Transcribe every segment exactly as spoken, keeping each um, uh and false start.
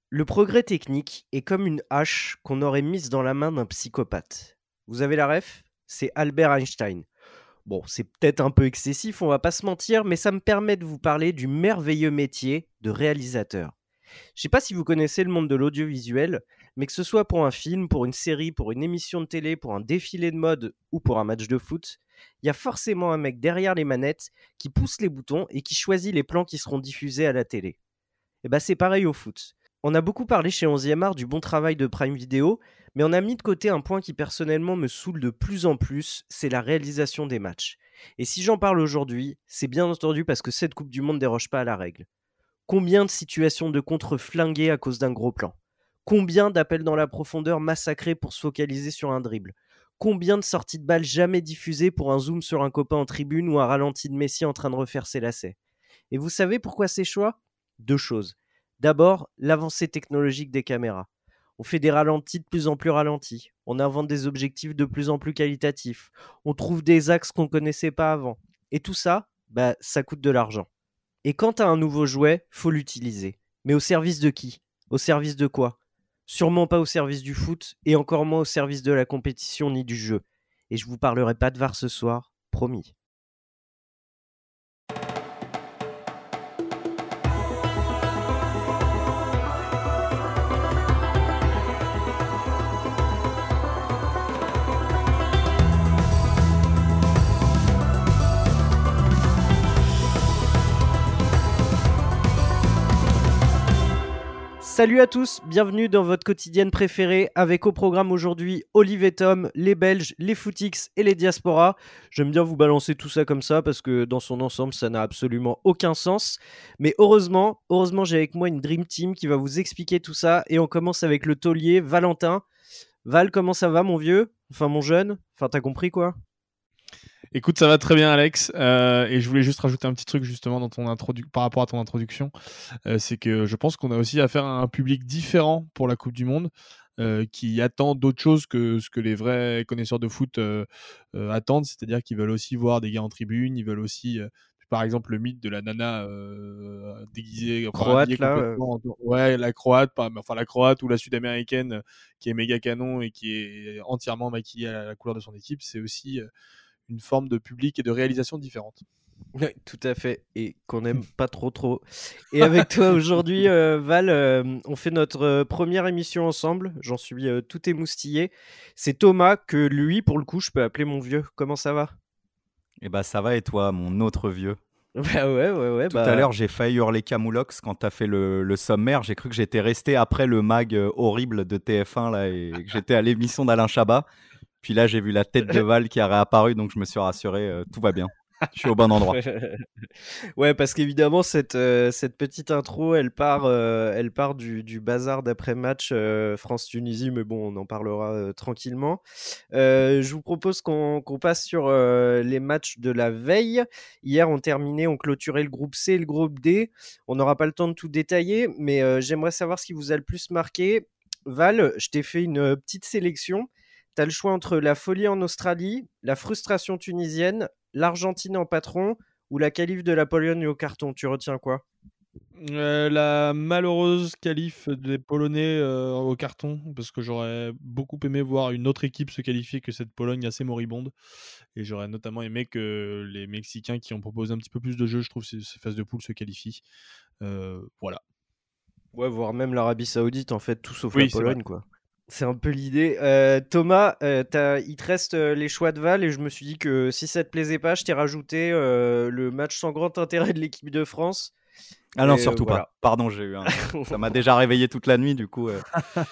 Le progrès technique est comme une hache qu'on aurait mise dans la main d'un psychopathe. Vous avez la ref? C'est Albert Einstein. Bon, c'est peut-être un peu excessif, on va pas se mentir, mais ça me permet de vous parler du merveilleux métier de réalisateur. Je sais pas si vous connaissez le monde de l'audiovisuel, mais que ce soit pour un film, pour une série, pour une émission de télé, pour un défilé de mode ou pour un match de foot, il y a forcément un mec derrière les manettes qui pousse les boutons et qui choisit les plans qui seront diffusés à la télé. Et bah c'est pareil au foot. On a beaucoup parlé chez onzième art du bon travail de Prime Video, mais on a mis de côté un point qui personnellement me saoule de plus en plus, c'est la réalisation des matchs. Et si j'en parle aujourd'hui, c'est bien entendu parce que cette Coupe du Monde déroge pas à la règle. Combien de situations de contre flinguées à cause d'un gros plan? Combien d'appels dans la profondeur massacrés pour se focaliser sur un dribble? Combien de sorties de balles jamais diffusées pour un zoom sur un copain en tribune ou un ralenti de Messi en train de refaire ses lacets? Et vous savez pourquoi ces choix? Deux choses. D'abord, l'avancée technologique des caméras. On fait des ralentis de plus en plus ralentis. On invente des objectifs de plus en plus qualitatifs. On trouve des axes qu'on ne connaissait pas avant. Et tout ça, bah, ça coûte de l'argent. Et quand tu as un nouveau jouet, faut l'utiliser. Mais au service de qui? Au service de quoi? Sûrement pas au service du foot, et encore moins au service de la compétition ni du jeu. Et je vous parlerai pas de V A R ce soir, promis. Salut à tous, bienvenue dans votre quotidienne préférée avec au programme aujourd'hui Olive et Tom, les Belges, les Footix et les Diaspora. J'aime bien vous balancer tout ça comme ça parce que dans son ensemble ça n'a absolument aucun sens. Mais heureusement, heureusement j'ai avec moi une Dream Team qui va vous expliquer tout ça et on commence avec le taulier Valentin. Val, comment ça va mon vieux? Enfin mon jeune? Enfin t'as compris quoi? Écoute, ça va très bien, Alex. Euh, et je voulais juste rajouter un petit truc justement dans ton introdu- par rapport à ton introduction. Euh, c'est que je pense qu'on a aussi affaire à un public différent pour la Coupe du Monde, euh, qui attend d'autres choses que ce que les vrais connaisseurs de foot euh, euh, attendent. C'est-à-dire qu'ils veulent aussi voir des gars en tribune. Ils veulent aussi, euh, par exemple, le mythe de la nana euh, déguisée, enfin habillée Croate là euh... complètement. En... Ouais, la croate, pas, enfin la croate ou la sud-américaine euh, qui est méga canon et qui est entièrement maquillée à la couleur de son équipe. C'est aussi euh, une forme de public et de réalisation différente. Oui, tout à fait, et qu'on aime pas trop trop. Et avec toi aujourd'hui, euh, Val, euh, on fait notre euh, première émission ensemble. J'en suis euh, tout émoustillé. C'est Thomas que lui, pour le coup, je peux appeler mon vieux. Comment ça va? Eh bah ça va et toi, mon autre vieux? Bah ouais, ouais, ouais. Tout à Bah l'heure, j'ai failli hurler Camoulox quand t'as fait le, le sommaire. J'ai cru que j'étais resté après le mag euh, horrible de T F un là, et que j'étais à l'émission d'Alain Chabat. Puis là, j'ai vu la tête de Val qui a réapparu, donc je me suis rassuré, euh, tout va bien. Je suis au bon endroit. ouais, parce qu'évidemment, cette, euh, cette petite intro, elle part, euh, elle part du, du bazar d'après-match euh, France-Tunisie, mais bon, on en parlera euh, tranquillement. Euh, je vous propose qu'on qu'on passe sur euh, les matchs de la veille. Hier, on terminait, on clôturait le groupe C et le groupe D. On n'aura pas le temps de tout détailler, mais euh, j'aimerais savoir ce qui vous a le plus marqué. Val, je t'ai fait une petite sélection. Tu as le choix entre la folie en Australie, la frustration tunisienne, l'Argentine en patron ou la qualif de la Pologne au carton. Tu retiens quoi? Euh, la malheureuse qualif des Polonais euh, au carton, parce que j'aurais beaucoup aimé voir une autre équipe se qualifier que cette Pologne assez moribonde. Et j'aurais notamment aimé que les Mexicains qui ont proposé un petit peu plus de jeu, je trouve, ces, ces phases de poule se qualifient. Euh, voilà. Ouais, voire même l'Arabie Saoudite, en fait, tout sauf la Oui, c'est vrai. Pologne, quoi. C'est un peu l'idée. Euh, Thomas, euh, t'as- il te reste euh, les choix de Val et je me suis dit que si ça te plaisait pas, je t'ai rajouté euh, le match sans grand intérêt de l'équipe de France. Ah non, Et euh, surtout voilà. pas. Pardon, j'ai eu un... ça m'a déjà réveillé toute la nuit, du coup. euh.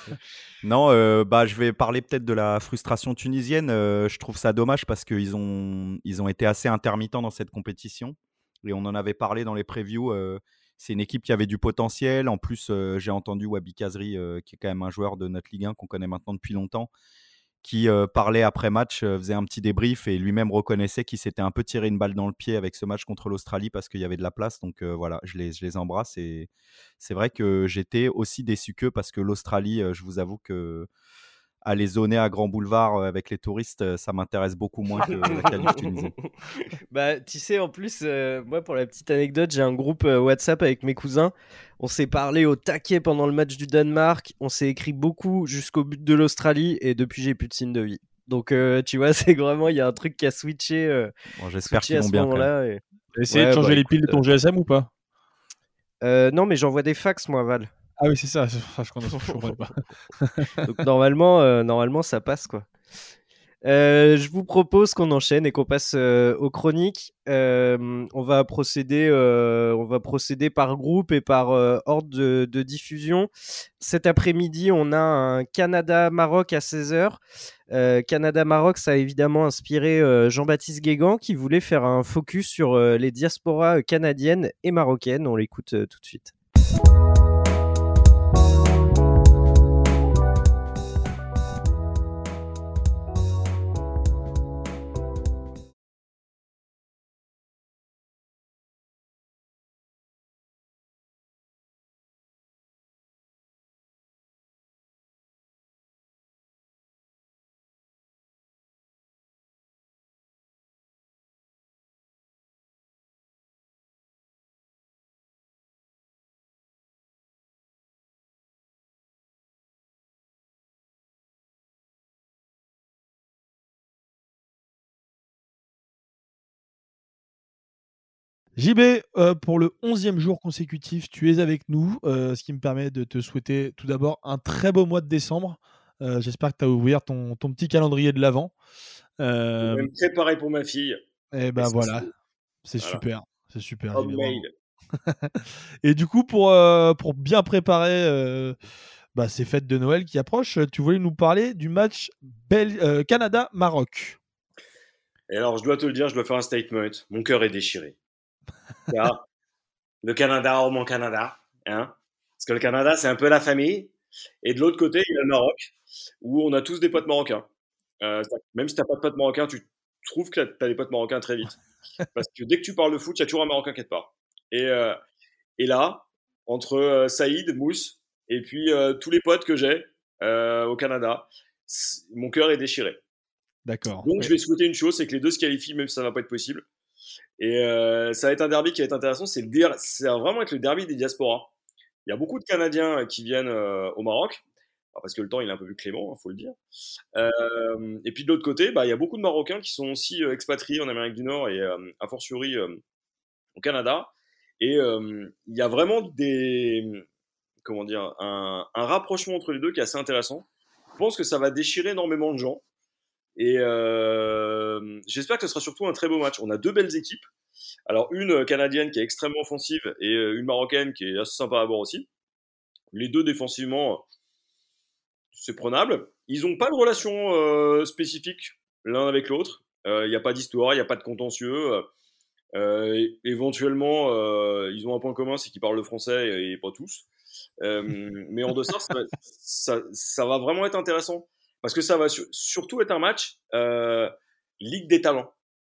Non, euh, bah, je vais parler peut-être de la frustration tunisienne. Euh, je trouve ça dommage parce qu'ils ont, ils ont été assez intermittents dans cette compétition. Et on en avait parlé dans les previews. euh, c'est une équipe qui avait du potentiel. En plus, euh, j'ai entendu Wabi Kazri, euh, qui est quand même un joueur de notre Ligue un qu'on connaît maintenant depuis longtemps, qui euh, parlait après match, euh, faisait un petit débrief et lui-même reconnaissait qu'il s'était un peu tiré une balle dans le pied avec ce match contre l'Australie parce qu'il y avait de la place. Donc euh, voilà, je les, je les embrasse. Et c'est vrai que j'étais aussi déçu qu'eux parce que l'Australie, euh, je vous avoue que aller zoner à Grand Boulevard euh, avec les touristes, euh, ça m'intéresse beaucoup moins que la qualif tunisienne. Bah, tu sais, en plus, euh, moi, pour la petite anecdote, j'ai un groupe euh, WhatsApp avec mes cousins. On s'est parlé au taquet pendant le match du Danemark. On s'est écrit beaucoup jusqu'au but de l'Australie. Et depuis, j'ai plus de signe de vie. Donc, euh, tu vois, c'est vraiment, il y a un truc qui a switché, euh, Bon, j'espère switché qu'ils à vont ce bien quand même. moment-là. Et... T'as essayé Ouais, de changer bah, les écoute, piles de ton G S M ou pas? euh, non, mais j'envoie des fax, moi, Val. Ah oui, c'est ça, c'est- je connais, je comprenais pas. Donc, normalement, euh, normalement, ça passe, quoi. Euh, je vous propose qu'on enchaîne et qu'on passe euh, aux chroniques. Euh, on va procéder, euh, on va procéder par groupe et par euh, ordre de, de diffusion. Cet après-midi, on a un Canada-Maroc à seize heures. Euh, Canada-Maroc, ça a évidemment inspiré euh, Jean-Baptiste Guégan qui voulait faire un focus sur euh, les diasporas canadiennes et marocaines. On l'écoute euh, tout de suite. J B, euh, pour le onzième jour consécutif, tu es avec nous, euh, ce qui me permet de te souhaiter tout d'abord un très beau mois de décembre. Euh, J'espère que tu as ouvert ton, ton petit calendrier de l'Avent. Euh, Même préparé pour ma fille. et ben Et ça, voilà, c'est- c'est voilà. super, c'est super. J B, vraiment. Homemade. Et du coup, pour, euh, pour bien préparer euh, bah, ces fêtes de Noël qui approchent, tu voulais nous parler du match Bel- euh, Canada-Maroc. Et alors, je dois te le dire, je dois faire un statement. Mon cœur est déchiré. Car le Canada, oh mon Canada. Hein, parce que le Canada, c'est un peu la famille. Et de l'autre côté, il y a le Maroc, où on a tous des potes marocains. Euh, ça- même si tu n'as pas de potes marocains, tu trouves que tu as des potes marocains très vite. Parce que dès que tu parles de foot, il y a toujours un Marocain quelque part. Et, euh, et là, entre euh, Saïd, Mousse, et puis euh, tous les potes que j'ai euh, au Canada, c- mon cœur est déchiré. D'accord. Donc, Ouais. je vais souhaiter une chose, c'est que les deux se qualifient, même si ça va pas être possible. Et euh, ça va être un derby qui va être intéressant. C'est le der- ça va vraiment être le derby des diasporas. Il y a beaucoup de Canadiens qui viennent euh, au Maroc, alors, parce que le temps il est un peu plus clément, il faut le dire. Euh, et puis de l'autre côté, bah, il y a beaucoup de Marocains qui sont aussi euh, expatriés en Amérique du Nord et euh, a fortiori euh, au Canada. Et euh, il y a vraiment des, comment dire, un, un rapprochement entre les deux qui est assez intéressant. Je pense que ça va déchirer énormément de gens. Et euh, j'espère que ce sera surtout un très beau match. On a deux belles équipes. Alors une canadienne qui est extrêmement offensive et une marocaine qui est assez sympa à voir aussi. Les deux défensivement, c'est prenable. Ils n'ont pas de relation euh, spécifique l'un avec l'autre. Il euh, n'y a pas d'histoire, il n'y a pas de contentieux. Euh, éventuellement, euh, ils ont un point commun, c'est qu'ils parlent le français et, et pas tous. Euh, mais en dessous, ça, ça, ça va vraiment être intéressant. Parce que ça va sur- surtout être un match euh, Ligue des talents.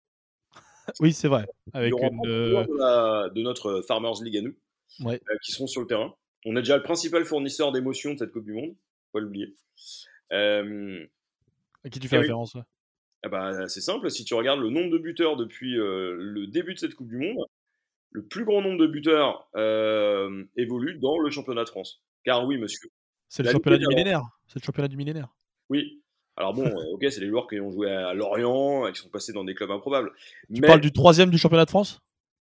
Oui, c'est vrai. Il y Avec aura une. pas de euh, joueurs de, la- de notre Farmers League à nous Ouais. euh, qui seront sur le terrain. On est déjà le principal fournisseur d'émotions de cette Coupe du Monde, faut pas l'oublier. Euh, À qui tu fais et oui, référence? Ouais. eh ben, c'est simple, si tu regardes le nombre de buteurs depuis euh, le début de cette Coupe du Monde, le plus grand nombre de buteurs euh, évolue dans le championnat de France. Car oui, monsieur. C'est le La Ligue championnat des du talents. millénaire. C'est le championnat du millénaire. Oui. Alors bon, euh, ok, c'est des joueurs qui ont joué à Lorient, et qui sont passés dans des clubs improbables. Tu Mais parles du troisième du championnat de France?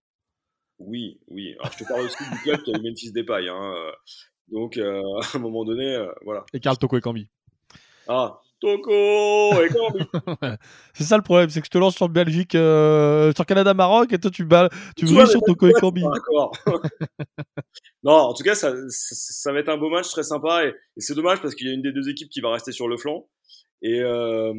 oui, oui. Alors je te parle aussi du club qui a eu Memphis Depay. Hein. euh, Donc euh, à un moment donné, euh, voilà. Et Karl Toko Ekambi. Ah, Toko et Cambi. C'est ça le problème, c'est que je te lance sur Belgique, euh, sur Canada-Maroc, et toi tu, bal- tu Tu vois, brilles mais sur pas Toko du tout, Ekambi. d'accord. Non, en tout cas, ça, ça, ça va être un beau match très sympa. Et, et c'est dommage parce qu'il y a une des deux équipes qui va rester sur le flanc. Et euh,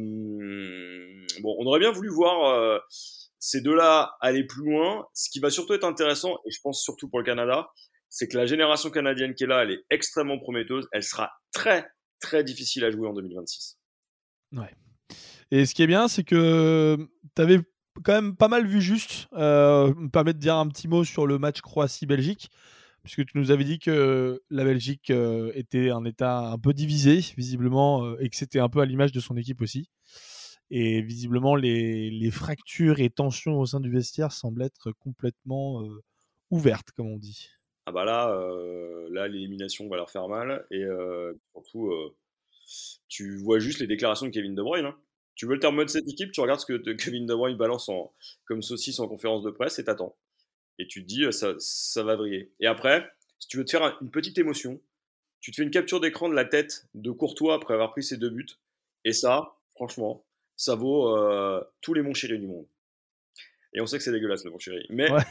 bon, on aurait bien voulu voir euh, ces deux-là aller plus loin. Ce qui va surtout être intéressant, et je pense surtout pour le Canada, c'est que la génération canadienne qui est là, elle est extrêmement prometteuse. Elle sera très, très difficile à jouer en deux mille vingt-six. Ouais. Et ce qui est bien, c'est que tu avais quand même pas mal vu juste. Euh, me permet de dire un petit mot sur le match Croatie-Belgique. puisque tu nous avais dit que la Belgique euh, était un État un peu divisé, visiblement, euh, et que c'était un peu à l'image de son équipe aussi. Et visiblement, les, les fractures et tensions au sein du vestiaire semblent être complètement euh, ouvertes, comme on dit. Ah bah là, euh, là l'élimination va leur faire mal. Et euh, surtout, euh, tu vois juste les déclarations de Kevin De Bruyne. Hein. Tu veux le terme de cette équipe, tu regardes ce que te- Kevin De Bruyne balance en, comme saucisse en conférence de presse et t'attends. Et tu te dis, euh, ça, ça va vriller. Et après, si tu veux te faire un- une petite émotion, tu te fais une capture d'écran de la tête de Courtois après avoir pris ses deux buts. Et ça, franchement, ça vaut euh, tous les Mon Chéri du monde. Et on sait que c'est dégueulasse le Mon Chéri. Mais Ouais.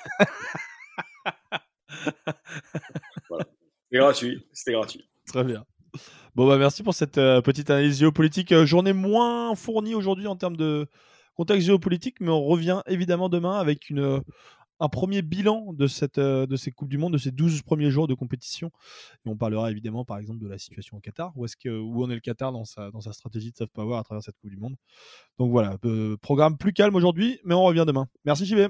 voilà. C'était gratuit. C'était gratuit. Très bien. Bon, bah merci pour cette euh, petite analyse géopolitique. Euh, journée moins fournie aujourd'hui en termes de contexte géopolitique, mais on revient évidemment demain avec une, euh, un premier bilan de, cette, euh, de ces Coupes du Monde, de ces douze premiers jours de compétition. Et on parlera évidemment par exemple de la situation au Qatar. Où, est-ce que, où en est le Qatar dans sa, dans sa stratégie de soft power à travers cette Coupe du Monde. Donc voilà, euh, programme plus calme aujourd'hui, mais on revient demain. Merci J B.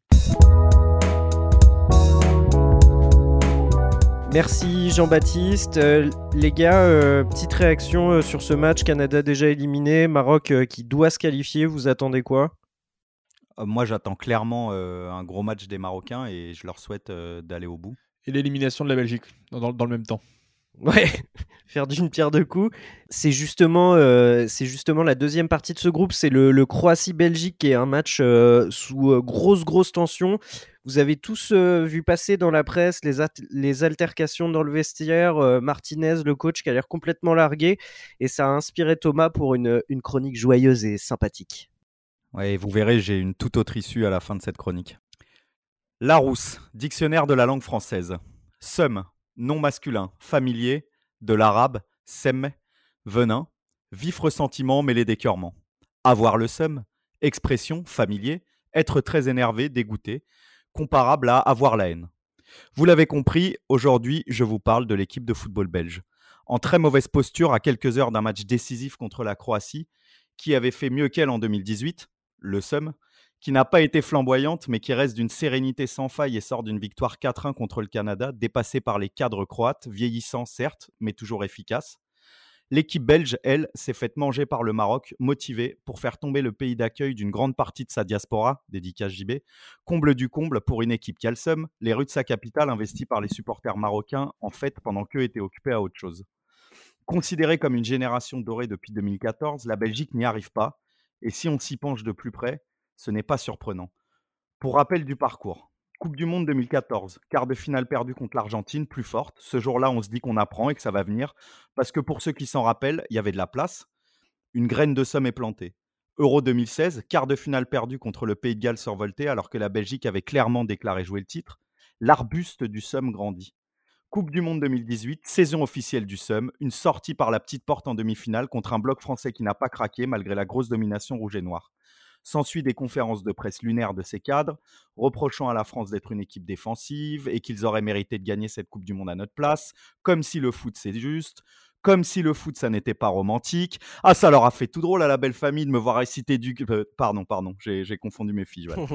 Merci Jean-Baptiste. Euh, les gars, euh, petite réaction euh, sur ce match. Canada déjà éliminé, Maroc euh, qui doit se qualifier. Vous attendez quoi? Euh, moi, j'attends clairement euh, un gros match des Marocains et je leur souhaite euh, d'aller au bout. Et l'élimination de la Belgique dans, dans, dans le même temps. Ouais, faire d'une pierre deux coups. C'est justement, euh, c'est justement la deuxième partie de ce groupe. C'est le, le Croatie-Belgique qui est un match euh, sous euh, grosse, grosse tension. Vous avez tous euh, vu passer dans la presse les, at- les altercations dans le vestiaire. euh, Martinez, le coach, qui a l'air complètement largué. Et ça a inspiré Thomas pour une, une chronique joyeuse et sympathique. Ouais, et vous verrez, j'ai une toute autre issue à la fin de cette chronique. Larousse, dictionnaire de la langue française. Seum, nom masculin, familier, de l'arabe, sem, venin, vif ressentiment mêlé d'écœurement. Avoir le seum, expression, familier, être très énervé, dégoûté, comparable à avoir la haine. Vous l'avez compris, aujourd'hui, je vous parle de l'équipe de football belge. En très mauvaise posture à quelques heures d'un match décisif contre la Croatie, qui avait fait mieux qu'elle en deux mille dix-huit, le seum, qui n'a pas été flamboyante, mais qui reste d'une sérénité sans faille et sort d'une victoire quatre un contre le Canada, dépassée par les cadres croates, vieillissants certes, mais toujours efficaces. L'équipe belge, elle, s'est faite manger par le Maroc, motivée pour faire tomber le pays d'accueil d'une grande partie de sa diaspora, dédicace J B, comble du comble pour une équipe qui a le seum, les rues de sa capitale investies par les supporters marocains, en fait, pendant qu'eux étaient occupés à autre chose. Considérée comme une génération dorée depuis deux mille quatorze, la Belgique n'y arrive pas, et si on s'y penche de plus près, ce n'est pas surprenant. Pour rappel du parcours, Coupe du Monde deux mille quatorze, quart de finale perdu contre l'Argentine, plus forte. Ce jour-là, on se dit qu'on apprend et que ça va venir, parce que pour ceux qui s'en rappellent, il y avait de la place. Une graine de somme est plantée. Euro deux mille seize, quart de finale perdu contre le Pays de Galles survolté, alors que la Belgique avait clairement déclaré jouer le titre. L'arbuste du somme grandit. Coupe du Monde deux mille dix-huit, saison officielle du seum, une sortie par la petite porte en demi-finale contre un bloc français qui n'a pas craqué malgré la grosse domination rouge et noire. S'ensuit des conférences de presse lunaires de ses cadres, reprochant à la France d'être une équipe défensive et qu'ils auraient mérité de gagner cette Coupe du Monde à notre place, comme si le foot c'est juste, comme si le foot ça n'était pas romantique. Ah, ça leur a fait tout drôle à la belle famille de me voir réciter du... Euh, pardon, pardon, j'ai, j'ai confondu mes filles. Voilà.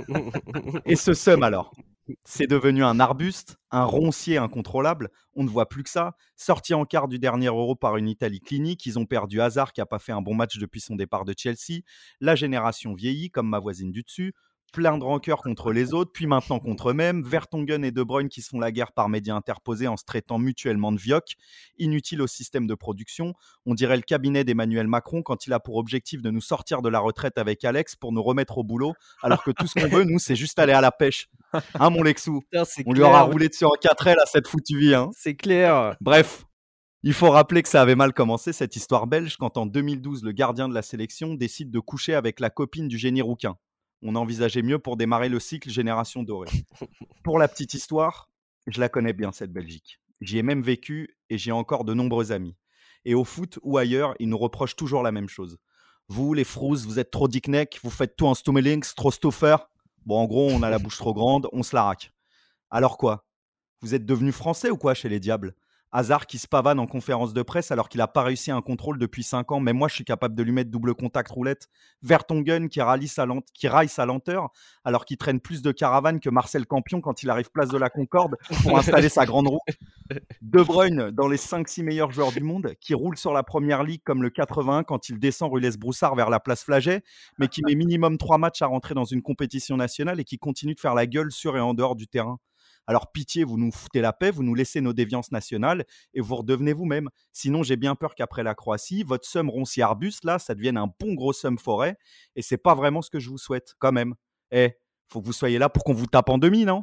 Et ce seum alors, c'est devenu un arbuste, un roncier incontrôlable. On ne voit plus que ça. Sorti en quart du dernier Euro par une Italie clinique, ils ont perdu Hazard qui n'a pas fait un bon match depuis son départ de Chelsea. La génération vieillit, comme ma voisine du dessus. Plein de rancœur contre les autres, puis maintenant contre eux-mêmes. Vertonghen et De Bruyne qui se font la guerre par médias interposés en se traitant mutuellement de vioques. Inutile au système de production. On dirait le cabinet d'Emmanuel Macron quand il a pour objectif de nous sortir de la retraite avec Alex pour nous remettre au boulot, alors que tout ce qu'on veut, nous, c'est juste aller à la pêche. Hein, mon Lexou? Putain, c'est On lui clair. aura roulé dessus en quatre L à cette foutue vie. Hein. C'est clair. Bref, il faut rappeler que ça avait mal commencé, cette histoire belge, quand en deux mille douze, le gardien de la sélection décide de coucher avec la copine du génie rouquin. On envisageait mieux pour démarrer le cycle Génération Dorée. Pour la petite histoire, je la connais bien, cette Belgique. J'y ai même vécu et j'ai encore de nombreux amis. Et au foot ou ailleurs, ils nous reprochent toujours la même chose. Vous, les frousses, vous êtes trop dickneck, vous faites tout en stummelings, trop stuffer. Bon, en gros, on a la bouche trop grande, on se la raque. Alors quoi? Vous êtes devenus français ou quoi chez les diables? Hazard qui se pavane en conférence de presse alors qu'il n'a pas réussi un contrôle depuis cinq ans. Même moi, je suis capable de lui mettre double contact roulette. Vertonghen qui, rallie sa lente, qui raille sa lenteur alors qu'il traîne plus de caravane que Marcel Campion quand il arrive place de la Concorde pour installer sa grande roue. De Bruyne dans les cinq six meilleurs joueurs du monde qui roule sur la première ligue comme le quatre-vingt-un quand il descend rue Les-Broussards vers la place Flaget, mais qui met minimum trois matchs à rentrer dans une compétition nationale et qui continue de faire la gueule sur et en dehors du terrain. Alors pitié, vous nous foutez la paix, vous nous laissez nos déviances nationales et vous redevenez vous-même. Sinon, j'ai bien peur qu'après la Croatie, votre somme Roncy-Arbus, là, ça devienne un bon gros somme Forêt et c'est pas vraiment ce que je vous souhaite, quand même. Eh, faut que vous soyez là pour qu'on vous tape en demi, non ?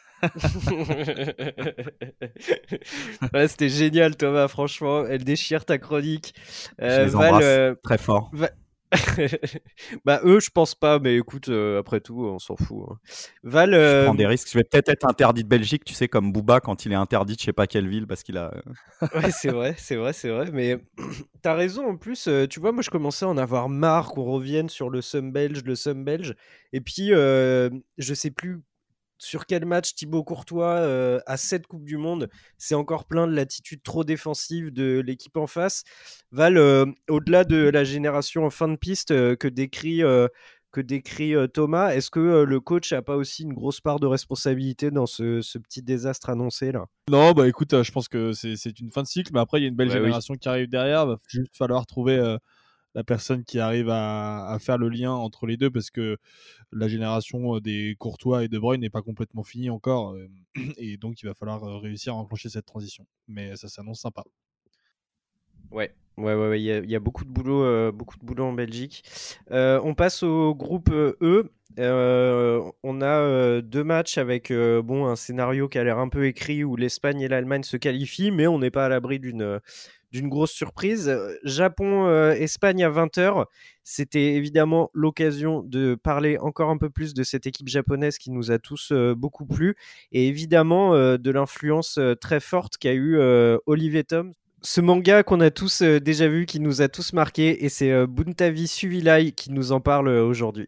Ouais, c'était génial, Thomas, franchement, elle déchire ta chronique. Euh, je les embrasse Val, euh, très fort. Va... bah eux, je pense pas, mais écoute, euh, après tout, on s'en fout. Hein. Val, euh... je prends des risques. Je vais peut-être être interdit de Belgique, tu sais, comme Booba quand il est interdit de je sais pas quelle ville parce qu'il a. Ouais, c'est vrai, c'est vrai, c'est vrai. Mais t'as raison. En plus, euh, tu vois, moi, je commençais à en avoir marre qu'on revienne sur le Somme belge, le Somme belge. Et puis, euh, je sais plus. Sur quel match Thibaut Courtois euh, à cette Coupe du Monde c'est encore plein de l'attitude trop défensive de l'équipe en face. Val, euh, au-delà de la génération en fin de piste euh, que décrit, euh, que décrit euh, Thomas, est-ce que euh, le coach n'a pas aussi une grosse part de responsabilité dans ce, ce petit désastre annoncé là ? Non, bah écoute, euh, je pense que c'est, c'est une fin de cycle, mais après il y a une belle ouais, génération oui. qui arrive derrière, va juste falloir trouver euh, la personne qui arrive à, à faire le lien entre les deux parce que la génération des Courtois et De Bruyne n'est pas complètement finie encore euh, et donc il va falloir euh, réussir à enclencher cette transition. Mais ça s'annonce sympa. Ouais, ouais, ouais, il ouais, y, y a beaucoup de boulot, euh, beaucoup de boulot en Belgique. Euh, on passe au groupe E. Euh, on a euh, deux matchs avec euh, bon un scénario qui a l'air un peu écrit où l'Espagne et l'Allemagne se qualifient, mais on n'est pas à l'abri d'une d'une grosse surprise. Japon-Espagne euh, à vingt heures, c'était évidemment l'occasion de parler encore un peu plus de cette équipe japonaise qui nous a tous euh, beaucoup plu et évidemment euh, de l'influence euh, très forte qu'a eu euh, Olivier Tom. Ce manga qu'on a tous euh, déjà vu, qui nous a tous marqué, et c'est euh, Buntavi Suvilai qui nous en parle euh, aujourd'hui.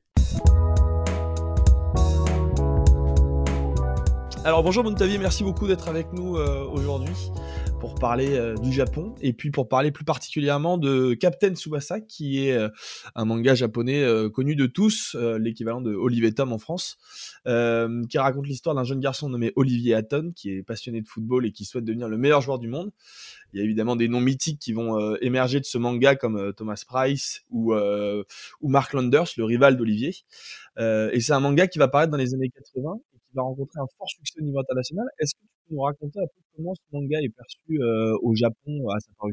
Alors bonjour Buntavi, merci beaucoup d'être avec nous euh, aujourd'hui pour parler euh, du Japon et puis pour parler plus particulièrement de Captain Tsubasa qui est euh, un manga japonais euh, connu de tous, euh, l'équivalent de Olivier Tom en France, euh, qui raconte l'histoire d'un jeune garçon nommé Olivier Hatton qui est passionné de football et qui souhaite devenir le meilleur joueur du monde. Il y a évidemment des noms mythiques qui vont euh, émerger de ce manga comme euh, Thomas Price ou, euh, ou Mark Landers, le rival d'Olivier. Euh, et c'est un manga qui va paraître dans les années quatre-vingts et qui va rencontrer un fort succès au niveau international. Est-ce que tu peux nous raconter un peu comment ce manga est perçu euh, au Japon à sa parution ?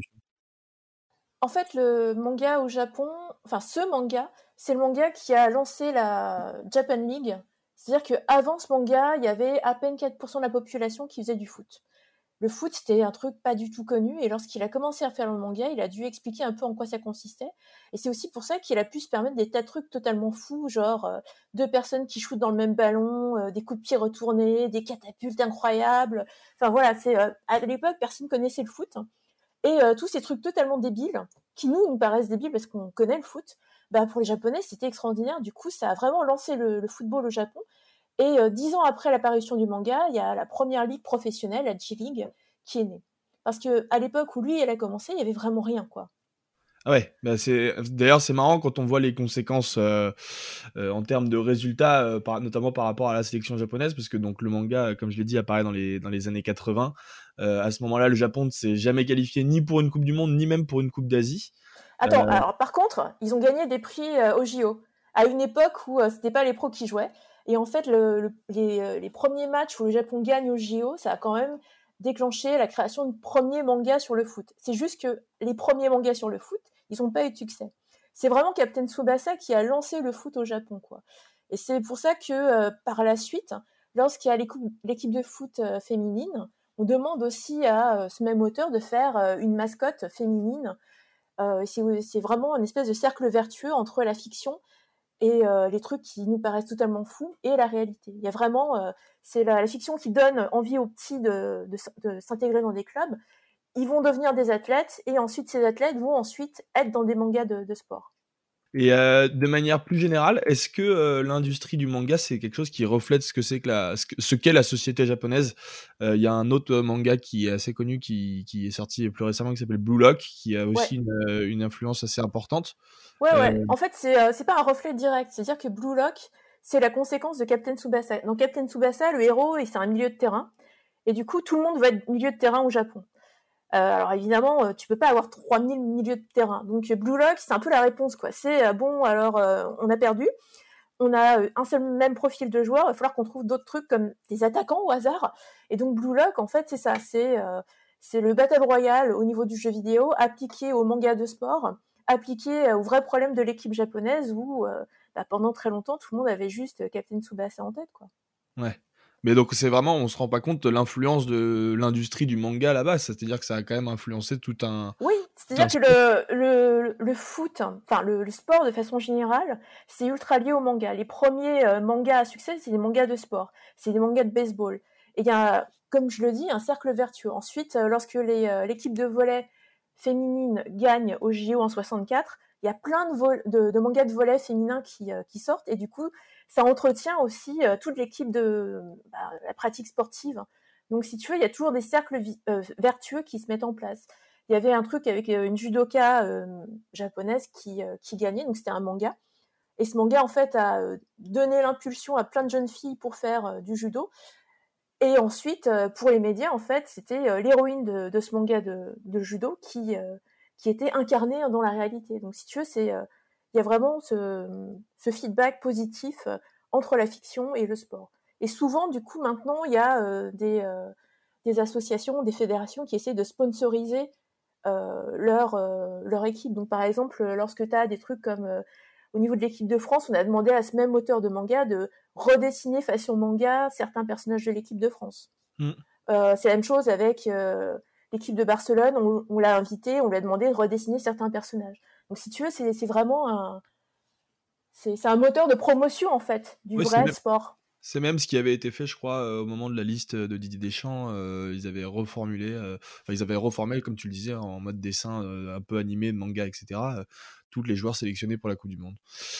En fait, le manga au Japon, enfin ce manga, c'est le manga qui a lancé la Japan League. C'est-à-dire qu'avant ce manga, il y avait à peine quatre pour cent de la population qui faisait du foot. Le foot, c'était un truc pas du tout connu, et lorsqu'il a commencé à faire le manga, il a dû expliquer un peu en quoi ça consistait. Et c'est aussi pour ça qu'il a pu se permettre des tas de trucs totalement fous, genre euh, deux personnes qui shootent dans le même ballon, euh, des coups de pied retournés, des catapultes incroyables. Enfin voilà, c'est, euh, à l'époque, personne connaissait le foot. Et euh, tous ces trucs totalement débiles, qui nous, nous paraissent débiles parce qu'on connaît le foot, bah, pour les Japonais, c'était extraordinaire. Du coup, ça a vraiment lancé le, le football au Japon. Et euh, dix ans après l'apparition du manga, il y a la première ligue professionnelle, la J-League, qui est née. Parce qu'à l'époque où lui, elle a commencé, il n'y avait vraiment rien, quoi. Ouais, bah c'est d'ailleurs c'est marrant quand on voit les conséquences euh, euh, en termes de résultats, euh, par, notamment par rapport à la sélection japonaise, parce que donc le manga, comme je l'ai dit, apparaît dans les dans les années quatre-vingts. Euh, à ce moment-là, le Japon ne s'est jamais qualifié ni pour une Coupe du Monde, ni même pour une Coupe d'Asie. Attends, euh... alors par contre, ils ont gagné des prix euh, au J O à une époque où euh, c'était pas les pros qui jouaient. Et en fait, le, le, les, les premiers matchs où le Japon gagne au J O, ça a quand même déclenché la création de premiers mangas sur le foot. C'est juste que les premiers mangas sur le foot, ils n'ont pas eu de succès. C'est vraiment Captain Tsubasa qui a lancé le foot au Japon, quoi. Et c'est pour ça que euh, par la suite, lorsqu'il y a l'équipe de foot euh, féminine, on demande aussi à euh, ce même auteur de faire euh, une mascotte féminine. Euh, c'est, c'est vraiment une espèce de cercle vertueux entre la fiction et euh, les trucs qui nous paraissent totalement fous et la réalité. Il y a vraiment, euh, c'est la, la fiction qui donne envie aux petits de, de, de s'intégrer dans des clubs. Ils vont devenir des athlètes et ensuite ces athlètes vont ensuite être dans des mangas de, de sport. Et euh, de manière plus générale, est-ce que euh, l'industrie du manga, c'est quelque chose qui reflète ce que c'est que la, ce, que- ce qu'est la société japonaise? Il y a un autre euh, manga qui est assez connu, qui, qui est sorti plus récemment, qui s'appelle Blue Lock, qui a Ouais. aussi une, euh, une influence assez importante. Ouais, Euh, ouais. En fait, c'est euh, c'est pas un reflet direct. C'est-à-dire que Blue Lock, c'est la conséquence de Captain Tsubasa. Dans Captain Tsubasa, le héros, et c'est un milieu de terrain. Et du coup, tout le monde va être milieu de terrain au Japon. Euh, alors évidemment, euh, tu peux pas avoir trois mille milieux de terrain. Donc euh, Blue Lock, c'est un peu la réponse, quoi. C'est euh, bon, alors euh, on a perdu, on a euh, un seul même profil de joueur, il va falloir qu'on trouve d'autres trucs comme des attaquants au hasard. Et donc Blue Lock, en fait, c'est ça, c'est euh, c'est le Battle Royale au niveau du jeu vidéo, appliqué au manga de sport, appliqué euh, au vrai problème de l'équipe japonaise où euh, bah, pendant très longtemps, tout le monde avait juste euh, Captain Tsubasa en tête, quoi. Ouais. Mais donc c'est vraiment, on se rend pas compte de l'influence de l'industrie du manga là-bas, c'est-à-dire que ça a quand même influencé tout un, Oui, tout un c'est-à-dire que sport. le, le, le foot, enfin le, le sport de façon générale, c'est ultra lié au manga. Les premiers euh, mangas à succès, c'est des mangas de sport, c'est des mangas de baseball. Et il y a, comme je le dis, un cercle vertueux. Ensuite, euh, lorsque les, euh, l'équipe de volley féminine gagne au J O en soixante-quatre, il y a plein de, vol- de, de mangas de volley féminins qui, euh, qui sortent, et du coup, ça entretient aussi euh, toute l'équipe de bah, la pratique sportive. Donc, si tu veux, il y a toujours des cercles vi- euh, vertueux qui se mettent en place. Il y avait un truc avec euh, une judoka euh, japonaise qui, euh, qui gagnait, donc c'était un manga. Et ce manga, en fait, a euh, donné l'impulsion à plein de jeunes filles pour faire euh, du judo. Et ensuite, euh, pour les médias, en fait, c'était euh, l'héroïne de, de ce manga de, de judo qui, euh, qui était incarnée dans la réalité. Donc, si tu veux, c'est, euh, il y a vraiment ce, ce feedback positif euh, entre la fiction et le sport. Et souvent, du coup, maintenant, il y a euh, des, euh, des associations, des fédérations qui essaient de sponsoriser euh, leur, euh, leur équipe. Donc, par exemple, lorsque tu as des trucs comme euh, au niveau de l'équipe de France, on a demandé à ce même auteur de manga de redessiner façon manga certains personnages de l'équipe de France. Mm. Euh, c'est la même chose avec euh, l'équipe de Barcelone, on, on l'a invité, on lui a demandé de redessiner certains personnages. Donc, si tu veux, c'est, c'est vraiment un, c'est, c'est un moteur de promotion, en fait, du Ouais, c'est vrai même, sport. c'est même ce qui avait été fait, je crois, euh, au moment de la liste de Didier Deschamps. Euh, ils avaient reformulé, euh, enfin, ils avaient reformé, comme tu le disais, en mode dessin euh, un peu animé, de manga, et cetera. euh, tous les joueurs sélectionnés pour la Coupe du Monde.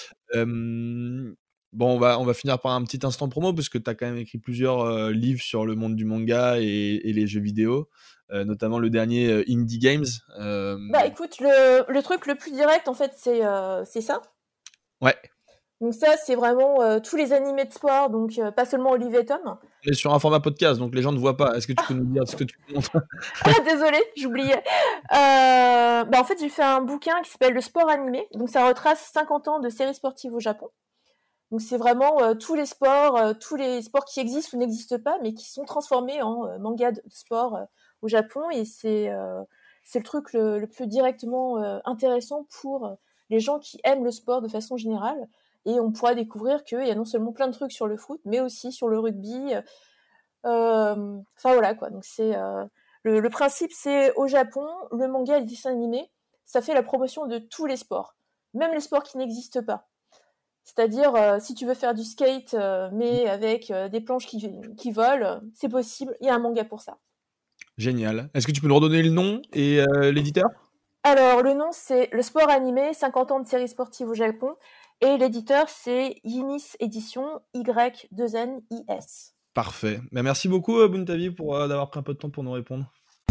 Euh, bon, on va, on va finir par un petit instant promo, parce que tu as quand même écrit plusieurs euh, livres sur le monde du manga et, et les jeux vidéo, euh, notamment le dernier euh, Indie Games. Euh, Bah écoute, le, le truc le plus direct, en fait, c'est, euh, c'est ça. Ouais. Donc ça, c'est vraiment euh, tous les animés de sport, donc euh, pas seulement Olive et Tom. On est sur un format podcast, donc les gens ne voient pas. Est-ce que tu peux nous dire ce que tu montres? Ah, désolée, j'oubliais. Euh, bah en fait, j'ai fait un bouquin qui s'appelle Le sport animé. Donc ça retrace cinquante ans de séries sportives au Japon. Donc c'est vraiment euh, tous les sports, euh, tous les sports qui existent ou n'existent pas, mais qui sont transformés en euh, manga de sport euh, au Japon. Et c'est euh, c'est le truc le, le plus directement euh, intéressant pour euh, les gens qui aiment le sport de façon générale. Et on pourra découvrir qu'il y a non seulement plein de trucs sur le foot, mais aussi sur le rugby. Euh, Enfin voilà quoi. Donc c'est euh, le, le principe, c'est au Japon, le manga et le dessin animé, ça fait la promotion de tous les sports, même les sports qui n'existent pas. C'est-à-dire, euh, si tu veux faire du skate, euh, mais avec euh, des planches qui, qui volent, c'est possible, il y a un manga pour ça. Génial. Est-ce que tu peux nous redonner le nom et euh, l'éditeur? Alors, le nom, c'est Le sport animé, cinquante ans de séries sportives au Japon, et l'éditeur, c'est Yinis Édition, Y deux N I S. Parfait. Bah, merci beaucoup, euh, Buntavi, pour euh, d'avoir pris un peu de temps pour nous répondre.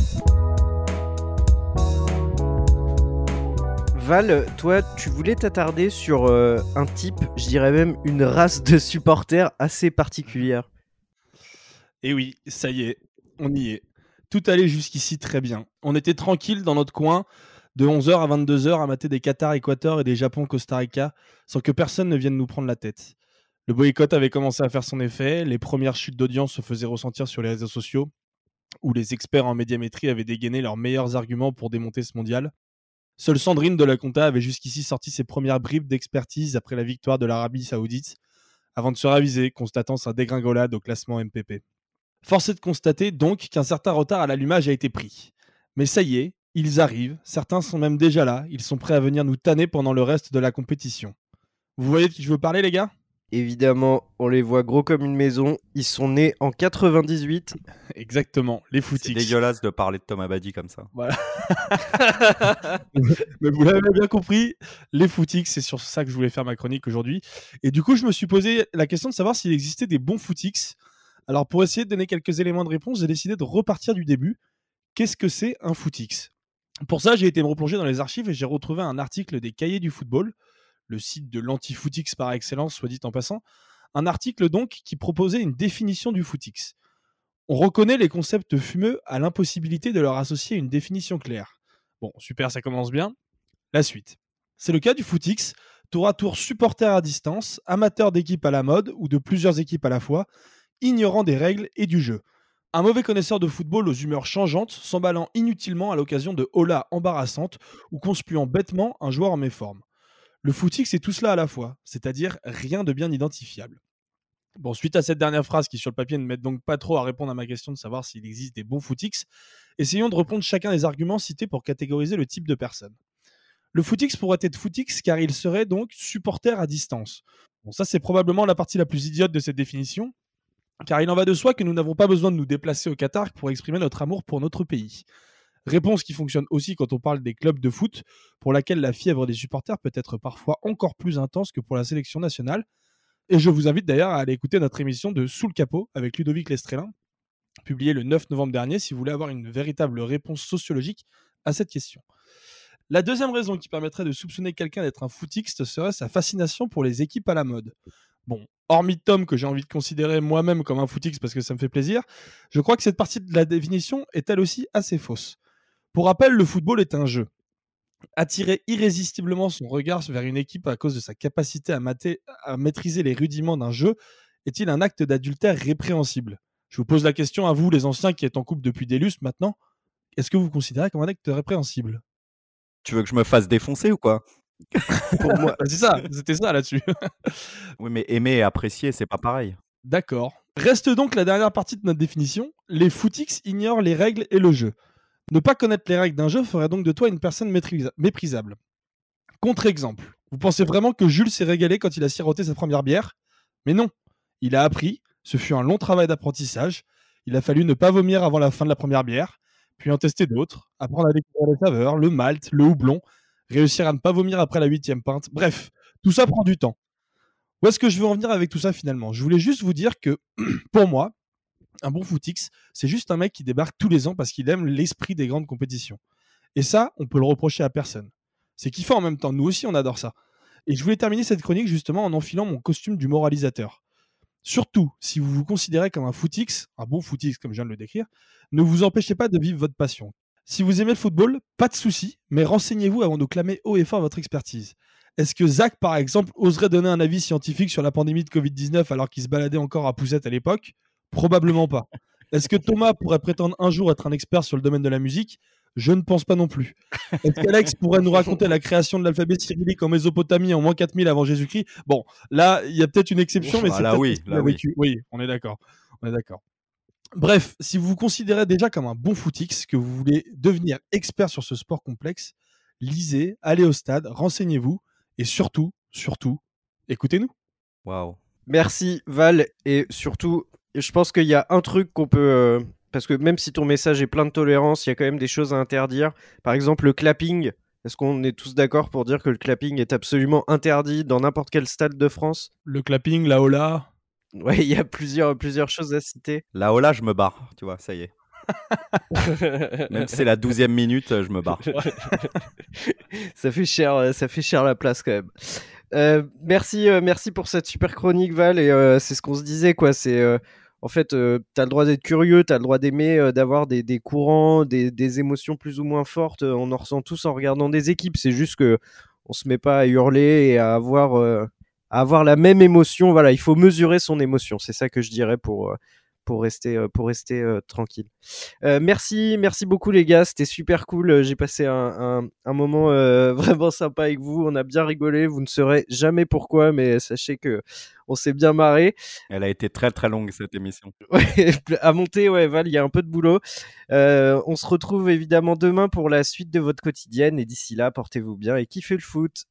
Val, toi, tu voulais t'attarder sur euh, un type, je dirais même une race de supporters assez particulière. Et oui, ça y est, on y est. Tout allait jusqu'ici très bien. On était tranquille dans notre coin, de onze heures à vingt-deux heures, à mater des Qatar Équateur et des Japon Costa Rica, sans que personne ne vienne nous prendre la tête. Le boycott avait commencé à faire son effet, les premières chutes d'audience se faisaient ressentir sur les réseaux sociaux, où les experts en médiamétrie avaient dégainé leurs meilleurs arguments pour démonter ce mondial. Seule Sandrine de la Conta avait jusqu'ici sorti ses premières bribes d'expertise après la victoire de l'Arabie Saoudite, avant de se raviser, constatant sa dégringolade au classement M P P. Force est de constater donc qu'un certain retard à l'allumage a été pris. Mais ça y est, ils arrivent, certains sont même déjà là, ils sont prêts à venir nous tanner pendant le reste de la compétition. Vous voyez de qui je veux parler, les gars ? Évidemment, on les voit gros comme une maison. Ils sont nés en quatre-vingt-dix-huit. Exactement, les C'est Footix. dégueulasse de parler de Tom Abadi comme ça. Voilà. Mais vous l'avez bien compris, les Footix, c'est sur ça que je voulais faire ma chronique aujourd'hui. Et du coup, je me suis posé la question de savoir s'il existait des bons Footix. Alors, pour essayer de donner quelques éléments de réponse, j'ai décidé de repartir du début. Qu'est-ce que c'est un Footix ? Pour ça, j'ai été me replonger dans les archives et j'ai retrouvé un article des Cahiers du football, le site de l'anti-Footix par excellence, soit dit en passant. Un article donc qui proposait une définition du Footix. On reconnaît les concepts fumeux à l'impossibilité de leur associer une définition claire. Bon, super, ça commence bien. La suite. C'est le cas du Footix, tour à tour supporter à distance, amateur d'équipes à la mode ou de plusieurs équipes à la fois, ignorant des règles et du jeu. Un mauvais connaisseur de football aux humeurs changeantes, s'emballant inutilement à l'occasion de holas embarrassantes ou conspuant bêtement un joueur en méforme. Le Footix c'est tout cela à la fois, c'est-à-dire rien de bien identifiable. Bon, suite à cette dernière phrase qui sur le papier ne m'aide donc pas trop à répondre à ma question de savoir s'il existe des bons Footix, essayons de répondre chacun des arguments cités pour catégoriser le type de personne. Le Footix pourrait être Footix car il serait donc supporter à distance. Bon, ça c'est probablement la partie la plus idiote de cette définition, car il en va de soi que nous n'avons pas besoin de nous déplacer au Qatar pour exprimer notre amour pour notre pays. Réponse qui fonctionne aussi quand on parle des clubs de foot, pour laquelle la fièvre des supporters peut être parfois encore plus intense que pour la sélection nationale. Et je vous invite d'ailleurs à aller écouter notre émission de Sous le capot avec Ludovic Lestrelin, publiée le neuf novembre dernier, si vous voulez avoir une véritable réponse sociologique à cette question. La deuxième raison qui permettrait de soupçonner quelqu'un d'être un footix serait sa fascination pour les équipes à la mode. Bon, hormis Tom, que j'ai envie de considérer moi-même comme un footix parce que ça me fait plaisir, je crois que cette partie de la définition est elle aussi assez fausse. Pour rappel, le football est un jeu. Attirer irrésistiblement son regard vers une équipe à cause de sa capacité à, mater, à maîtriser les rudiments d'un jeu est-il un acte d'adultère répréhensible ? Je vous pose la question à vous, les anciens qui êtes en couple depuis des lustres maintenant. Est-ce que vous considérez comme un acte répréhensible ? Tu veux que je me fasse défoncer ou quoi ? Pour moi, c'est ça, c'était ça là-dessus. Oui, mais aimer et apprécier, c'est pas pareil. D'accord. Reste donc la dernière partie de notre définition. Les footix ignorent les règles et le jeu. Ne pas connaître les règles d'un jeu ferait donc de toi une personne maîtrisa- méprisable. Contre-exemple, vous pensez vraiment que Jules s'est régalé quand il a siroté sa première bière ? Mais non, il a appris, ce fut un long travail d'apprentissage, il a fallu ne pas vomir avant la fin de la première bière, puis en tester d'autres, apprendre à découvrir les saveurs, le malt, le houblon, réussir à ne pas vomir après la huitième pinte, bref, tout ça prend du temps. Où est-ce que je veux en venir avec tout ça finalement ? Je voulais juste vous dire que, pour moi, un bon footix, c'est juste un mec qui débarque tous les ans parce qu'il aime l'esprit des grandes compétitions. Et ça, on peut le reprocher à personne. C'est kiffant en même temps, nous aussi on adore ça. Et je voulais terminer cette chronique justement en enfilant mon costume du moralisateur. Surtout, si vous vous considérez comme un footix, un bon footix comme je viens de le décrire, ne vous empêchez pas de vivre votre passion. Si vous aimez le football, pas de souci, mais renseignez-vous avant de clamer haut et fort votre expertise. Est-ce que Zach, par exemple, oserait donner un avis scientifique sur la pandémie de covid dix-neuf alors qu'il se baladait encore à poussette à l'époque ? Probablement pas. Est-ce que Thomas pourrait prétendre un jour être un expert sur le domaine de la musique ? Je ne pense pas non plus. Est-ce qu'Alex pourrait nous raconter la création de l'alphabet cyrillique en Mésopotamie en moins quatre mille avant Jésus-Christ ? Bon, là, il y a peut-être une exception, mais Ah, c'est là, peut-être oui, parce qu'il là, a oui. vécu. Oui, on est d'accord. On est d'accord. Bref, si vous vous considérez déjà comme un bon footix, que vous voulez devenir expert sur ce sport complexe, lisez, allez au stade, renseignez-vous et surtout, surtout, écoutez-nous. Waouh. Merci Val, et surtout, je pense qu'il y a un truc qu'on peut... euh, parce que même si ton message est plein de tolérance, il y a quand même des choses à interdire. Par exemple, le clapping. Est-ce qu'on est tous d'accord pour dire que le clapping est absolument interdit dans n'importe quel stade de France ? Le clapping, la hola. Ouais, il y a plusieurs, plusieurs choses à citer. Là, oh là, je me barre, tu vois, ça y est. Même si c'est la douzième minute, je me barre. ça fait cher, ça fait cher la place quand même. Euh, merci, euh, merci pour cette super chronique Val, et euh, c'est ce qu'on se disait quoi. C'est euh, en fait, euh, t'as le droit d'être curieux, t'as le droit d'aimer, euh, d'avoir des, des courants, des, des émotions plus ou moins fortes. Euh, on en ressent tous en regardant des équipes. C'est juste que on se met pas à hurler et à avoir, euh, à avoir la même émotion. Voilà, il faut mesurer son émotion. C'est ça que je dirais pour euh, pour rester, euh, pour rester euh, tranquille. Euh, merci, merci beaucoup les gars, c'était super cool. J'ai passé un, un, un moment euh, vraiment sympa avec vous. On a bien rigolé. Vous ne saurez jamais pourquoi, mais sachez que on s'est bien marré. Elle a été très très longue cette émission. Ouais, à monter, ouais, Val, il y a un peu de boulot. Euh, on se retrouve évidemment demain pour la suite de votre quotidienne. Et d'ici là, portez-vous bien et kiffez le foot.